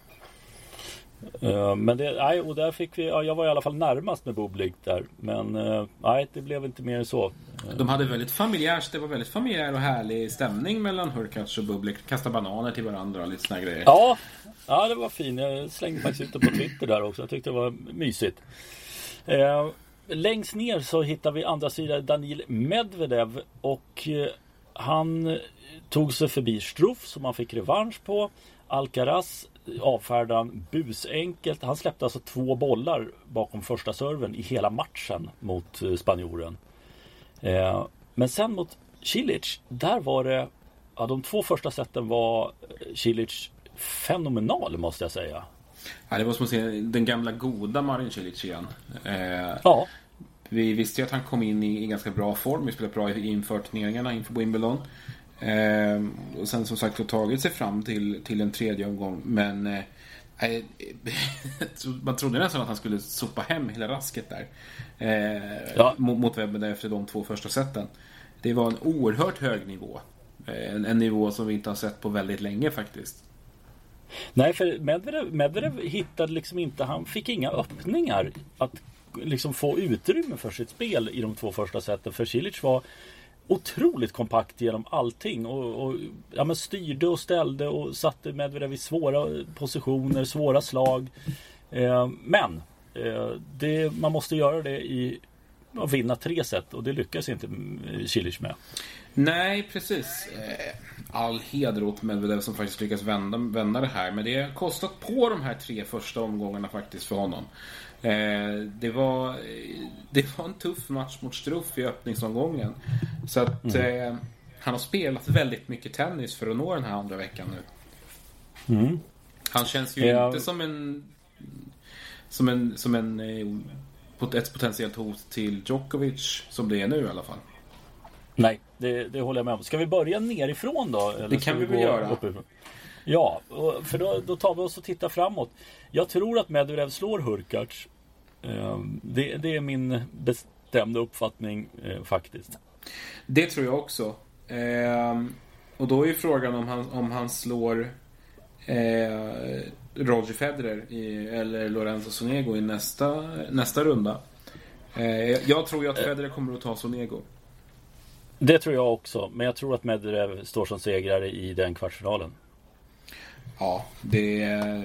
[SPEAKER 1] Uh, men det, nej, och där fick vi, ja, jag var i alla fall närmast med Bublik där, men uh, nej, det blev inte mer än så. Uh.
[SPEAKER 2] De hade väldigt familjärt, det var väldigt familjär och härlig stämning mellan Hurkacz och Bublik. Kasta bananer till varandra och lite såna grejer.
[SPEAKER 1] Ja, ja, det var fint. Jag slängde faktiskt ut det på Twitter där också. Jag tyckte det var mysigt. Uh, längst ner så hittar vi andra sidan Daniil Medvedev, och uh, han tog sig förbi Struff som han fick revansch på. Alcaraz avfärdade busenkelt. Han släppte alltså två bollar bakom första serven i hela matchen mot spanjoren. Eh, men sen mot Cilic, där var det, ja, de två första sätten var Cilic fenomenal, måste jag säga.
[SPEAKER 2] Ja, det var som att se den gamla goda Marin Cilic igen. Eh,
[SPEAKER 1] ja.
[SPEAKER 2] Vi visste ju att han kom in i, i ganska bra form. Vi spelade bra inför turneringarna inför Wimbledon. Eh, och sen som sagt har tagit sig fram till, till en tredje omgång. Men eh, man trodde nästan att han skulle sopa hem hela rasket där. Eh,
[SPEAKER 1] ja.
[SPEAKER 2] mot, mot webben där efter de två första sätten. Det var en oerhört hög nivå. Eh, en, en nivå som vi inte har sett på väldigt länge faktiskt.
[SPEAKER 1] Nej, för Medvedev, Medvedev hittade liksom inte, han fick inga öppningar att liksom få utrymme för sitt spel i de två första sätten. För Cilic var otroligt kompakt genom allting och, och ja, men styrde och ställde och satte Medvedev i svåra positioner, svåra slag. Eh, men eh, det, man måste göra det i att vinna tre set, och det lyckas inte Cilic med. Nej,
[SPEAKER 2] precis. All heder åt Medvedev som faktiskt lyckas vända, vända det här. Men det har kostat på de här tre första omgångarna faktiskt för honom. Det var, det var en tuff match mot Struff i öppningsomgången. Så att mm. eh, han har spelat väldigt mycket tennis för att nå den här andra veckan nu.
[SPEAKER 1] Mm.
[SPEAKER 2] Han känns ju ja. inte som en som en som en ett potentiellt hot till Djokovic som det är nu i alla fall.
[SPEAKER 1] Nej, det, det håller jag med om. Ska vi börja nerifrån då? Eller
[SPEAKER 2] det kan vi väl göra. Uppifrån?
[SPEAKER 1] Ja, för då, då tar vi oss och tittar framåt. Jag tror att Medvedev slår Hurkacz. Det, det är min bestämda uppfattning faktiskt.
[SPEAKER 2] Det tror jag också. Och då är frågan om han, om han slår Roger Federer i, eller Lorenzo Sonego i nästa, nästa runda. Jag tror ju att Federer kommer att ta Sonego.
[SPEAKER 1] Det tror jag också, men jag tror att Medvedev står som segrare i den kvartsfinalen.
[SPEAKER 2] Ja, det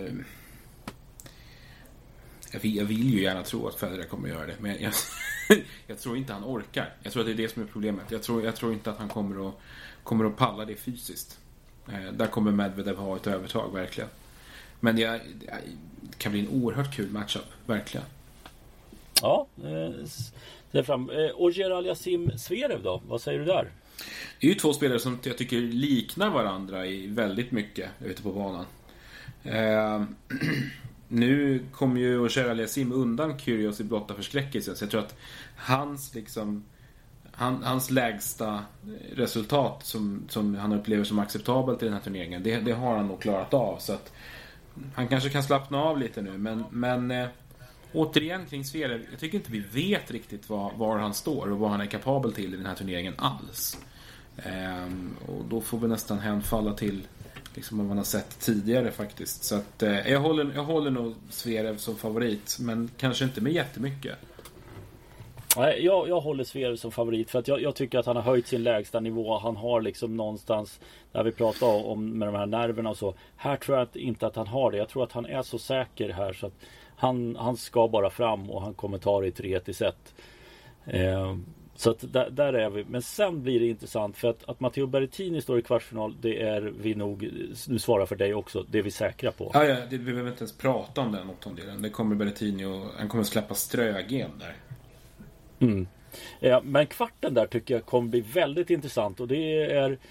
[SPEAKER 2] jag vill, jag vill ju gärna tro att Federer kommer att göra det, men jag, jag tror inte han orkar. Jag tror att det är det som är problemet. Jag tror, jag tror inte att han kommer att, kommer att palla det fysiskt. Eh, där kommer Medvedev ha ett övertag, verkligen. Men det, det kan bli en oerhört kul matchup, verkligen.
[SPEAKER 1] Ja, eh, det fram. Eh, Auger Aliassime Zverev då? Vad säger du där?
[SPEAKER 2] Det är ju två spelare som jag tycker liknar varandra i väldigt mycket ute på banan. Eh, nu kommer ju Auger Aliassime undan Kyrgios i blotta förskräckelse. Så jag tror att hans liksom han, hans lägsta resultat som, som han upplever som acceptabelt i den här turneringen, det, det har han nog klarat av. Så att han kanske kan slappna av lite nu. Men, men eh, återigen kring Zverev, jag tycker inte vi vet riktigt var, var han står och vad han är kapabel till i den här turneringen alls. Um, och då får vi nästan hänfalla till liksom vad man har sett tidigare faktiskt. Så att uh, jag, håller, jag håller nog Zverev som favorit, men kanske inte med jättemycket.
[SPEAKER 1] Nej, jag, jag håller Zverev som favorit för att jag, jag tycker att han har höjt sin lägsta nivå. Han har liksom någonstans, när vi pratar om med de här nerverna och så, här tror jag inte att han har det. Jag tror att han är så säker här så att han, han ska bara fram och han kommer ta det i tre till set. Eh, så att där, där är vi. Men sen blir det intressant för att, att Matteo Berrettini står i kvartsfinal, det är vi nog, nu svarar för dig också, det är vi säkra på.
[SPEAKER 2] Ja, ja, det, vi behöver inte ens prata om den åttondelen. Det kommer Berrettini och han kommer släppa Strögen där.
[SPEAKER 1] Mm. Ja, men kvarten där tycker jag kommer bli väldigt intressant och det är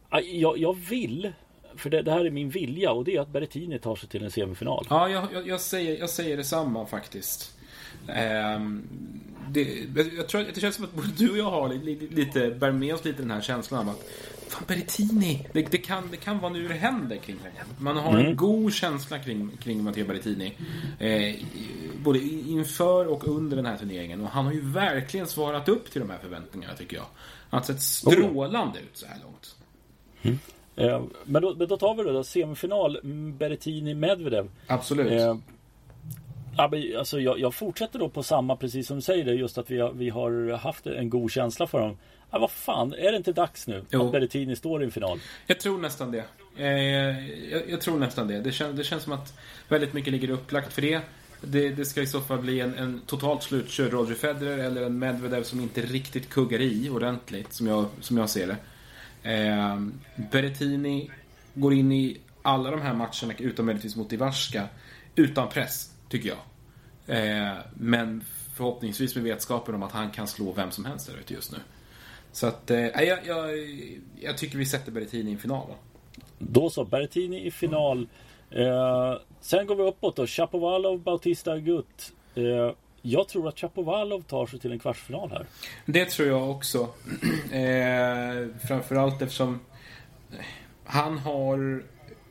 [SPEAKER 1] Jag, jag vill, för det, det här är min vilja, och det är att Berrettini tar sig till en semifinal.
[SPEAKER 2] Ja, jag, jag, jag, säger, jag säger detsamma faktiskt. Um, det, jag tror att det känns som att både du och jag har lite, lite bär med oss lite den här känslan av att fan, Berrettini, det, det, kan, det kan vara nu det händer kring honom. Man har mm. en god känsla kring, kring Matteo Berrettini, eh, både inför och under den här turneringen, och han har ju verkligen svarat upp till de här förväntningarna, tycker jag. Han har sett strålande oh. ut så här långt.
[SPEAKER 1] Mm. eh, men, då, men då tar vi det då, semifinal Berrettini-Medvedev.
[SPEAKER 2] Absolut.
[SPEAKER 1] eh, Alltså jag, jag fortsätter då på samma, precis som du säger det, just att vi har, vi har haft en god känsla för dem. Ja, vad fan, är det inte dags nu jo. att Berrettini står i en final?
[SPEAKER 2] Jag tror nästan det. Eh, jag, jag tror nästan det. Det, kän, det känns som att väldigt mycket ligger upplagt för det. Det, det ska i så fall bli en, en totalt slutkörd Roger Federer eller en Medvedev som inte riktigt kuggar i ordentligt, som jag, som jag ser det. Eh, Berrettini går in i alla de här matcherna, utom möjligtvis mot Ivarska, utan press, tycker jag. Eh, men förhoppningsvis med vetskapen om att han kan slå vem som helst där ute just nu. Så att, eh, jag, jag, jag tycker vi sätter Berrettini i final. Då,
[SPEAKER 1] då så, Berrettini i final. Eh, sen går vi uppåt då. Shapovalov, Bautista Agut. Eh, jag tror att Shapovalov tar sig till en kvartsfinal här.
[SPEAKER 2] Det tror jag också. eh, framförallt eftersom han har...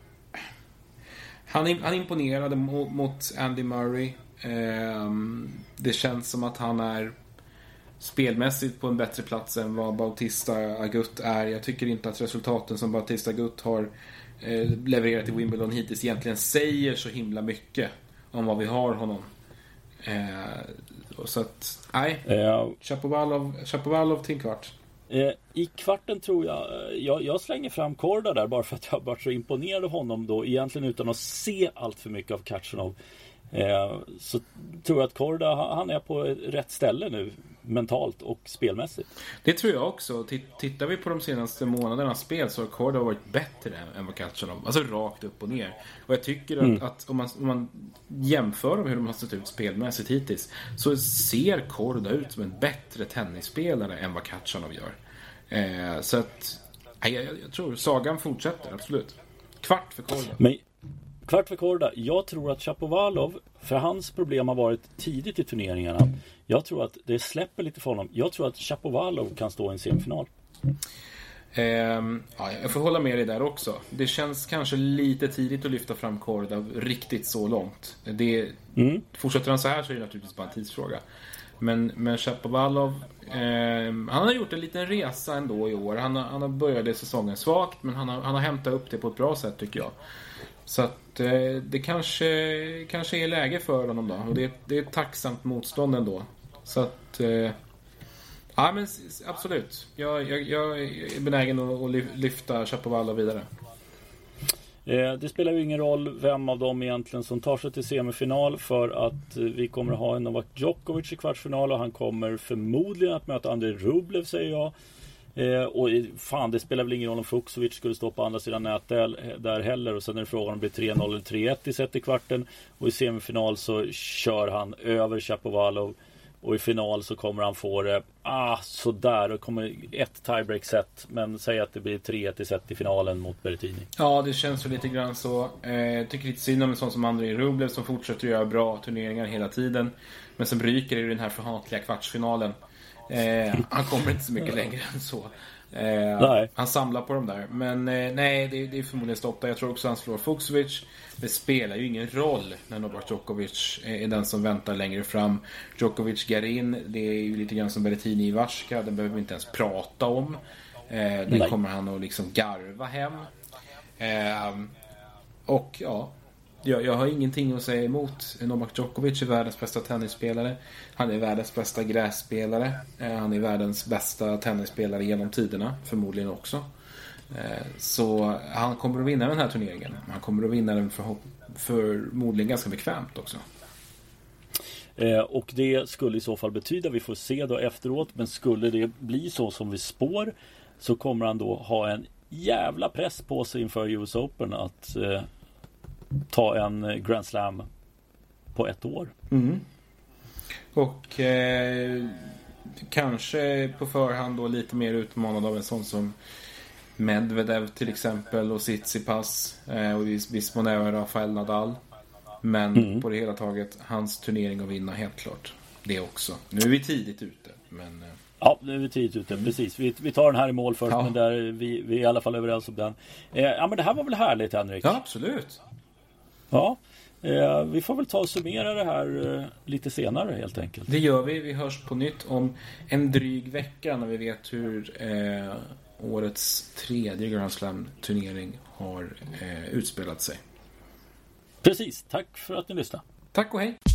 [SPEAKER 2] Han, han imponerade mot, mot Andy Murray. Eh, det känns som att han är spelmässigt på en bättre plats än vad Bautista Agut är. Jag tycker inte att resultaten som Bautista Agut har eh, levererat i Wimbledon hittills egentligen säger så himla mycket om vad vi har honom. Eh, så att, nej.
[SPEAKER 1] Uh,
[SPEAKER 2] Shapovalov, Shapovalov till en kvart.
[SPEAKER 1] Eh, I kvarten tror jag, jag Jag slänger fram Korda där, bara för att jag har varit så imponerad av honom då, egentligen utan att se allt för mycket av Khachanov. eh, Så tror jag att Korda, han är på rätt ställe nu, mentalt och spelmässigt.
[SPEAKER 2] Det tror jag också. Tittar vi på de senaste månadernas spel så har Korda varit bättre än vad Khachanov, alltså rakt upp och ner. Och jag tycker att, mm. att om, man, om man jämför med hur de har sett ut spelmässigt hittills, så ser Korda ut som en bättre tennisspelare än vad Khachanov gör. eh, Så att jag, jag, jag tror sagan fortsätter, absolut. Kvart för Korda.
[SPEAKER 1] Men kvart för Korda. Jag tror att Shapovalov, för hans problem har varit tidigt i turneringarna. Jag tror att det släpper lite för honom. Jag tror att Shapovalov kan stå i en semifinal.
[SPEAKER 2] Eh, ja, jag får hålla med dig där också. Det känns kanske lite tidigt att lyfta fram Korda riktigt så långt. Det, mm. Fortsätter han så här så är det naturligtvis bara en tidsfråga. Men, men Shapovalov, eh, han har gjort en liten resa ändå i år. Han har, han har börjat säsongen svagt, men han har, han har hämtat upp det på ett bra sätt, tycker jag. Så att eh, det kanske, kanske är läge för honom då. Och det, det är ett tacksamt motstånd ändå. Så att eh, ja, men absolut. Jag, jag, jag är benägen att lyfta Shapovalov vidare.
[SPEAKER 1] eh, Det spelar ju ingen roll vem av dem egentligen som tar sig till semifinal, för att vi kommer att ha en Novak Djokovic i kvartsfinal, och han kommer förmodligen att möta Andrei Rublev, säger jag. Eh, och fan, det spelar väl ingen roll om Fucsovic skulle stå på andra sidan nätet där heller. Och sen är det frågan om det blir tre noll eller tre ett i set i kvarten. Och i semifinal så kör han över Shapovalov. Och i final så kommer han få det ah, sådär. Det kommer ett tiebreak set, men säg att det blir tre ett i set i finalen mot Berrettini.
[SPEAKER 2] Ja, det känns ju lite grann så. Jag eh, tycker lite synd om en sån som Andrei Rublev, som fortsätter att göra bra turneringar hela tiden, men som ryker i den här förhatliga kvartsfinalen. Eh, han kommer inte så mycket längre än så. Eh, han samlar på dem där. Men eh, nej, det, det är förmodligen stopp där. Jag tror också han slår Fucsovic. Det spelar ju ingen roll när Novak Djokovic är den som väntar längre fram. Djokovic Garin, det är ju lite grann som Berrettini i Varska. Den behöver vi inte ens prata om. eh, Den nej. kommer han att liksom garva hem. eh, Och ja, Jag, jag har ingenting att säga emot. Novak Djokovic är världens bästa tennisspelare. Han är världens bästa grässpelare. Eh, han är världens bästa tennisspelare genom tiderna, förmodligen också. Eh, så han kommer att vinna den här turneringen. Han kommer att vinna den för, förmodligen ganska bekvämt också.
[SPEAKER 1] Eh, och det skulle i så fall betyda, vi får se då efteråt, men skulle det bli så som vi spår, så kommer han då ha en jävla press på sig inför U S Open att eh, ta en Grand Slam på ett år.
[SPEAKER 2] Mm. Och eh, kanske på förhand då lite mer utmanad av en sån som Medvedev till exempel och Tsitsipas eh, och i viss mån även Rafael Nadal. Men mm. på det hela taget, hans turnering att vinna helt klart. Det också. Nu är vi tidigt ute. Men...
[SPEAKER 1] Ja, nu är vi tidigt ute. Precis. Vi, vi tar den här i mål först. Ja. Men där vi, vi är i alla fall överens om den. Eh, ja, men det här var väl härligt, Henrik?
[SPEAKER 2] Ja, absolut.
[SPEAKER 1] Ja, eh, vi får väl ta och summera det här eh, lite senare helt enkelt.
[SPEAKER 2] Det gör vi. Vi hörs på nytt om en dryg vecka när vi vet hur eh, årets tredje Grand Slam-turnering har eh, utspelat sig.
[SPEAKER 1] Precis. Tack för att ni lyssnade.
[SPEAKER 2] Tack och hej.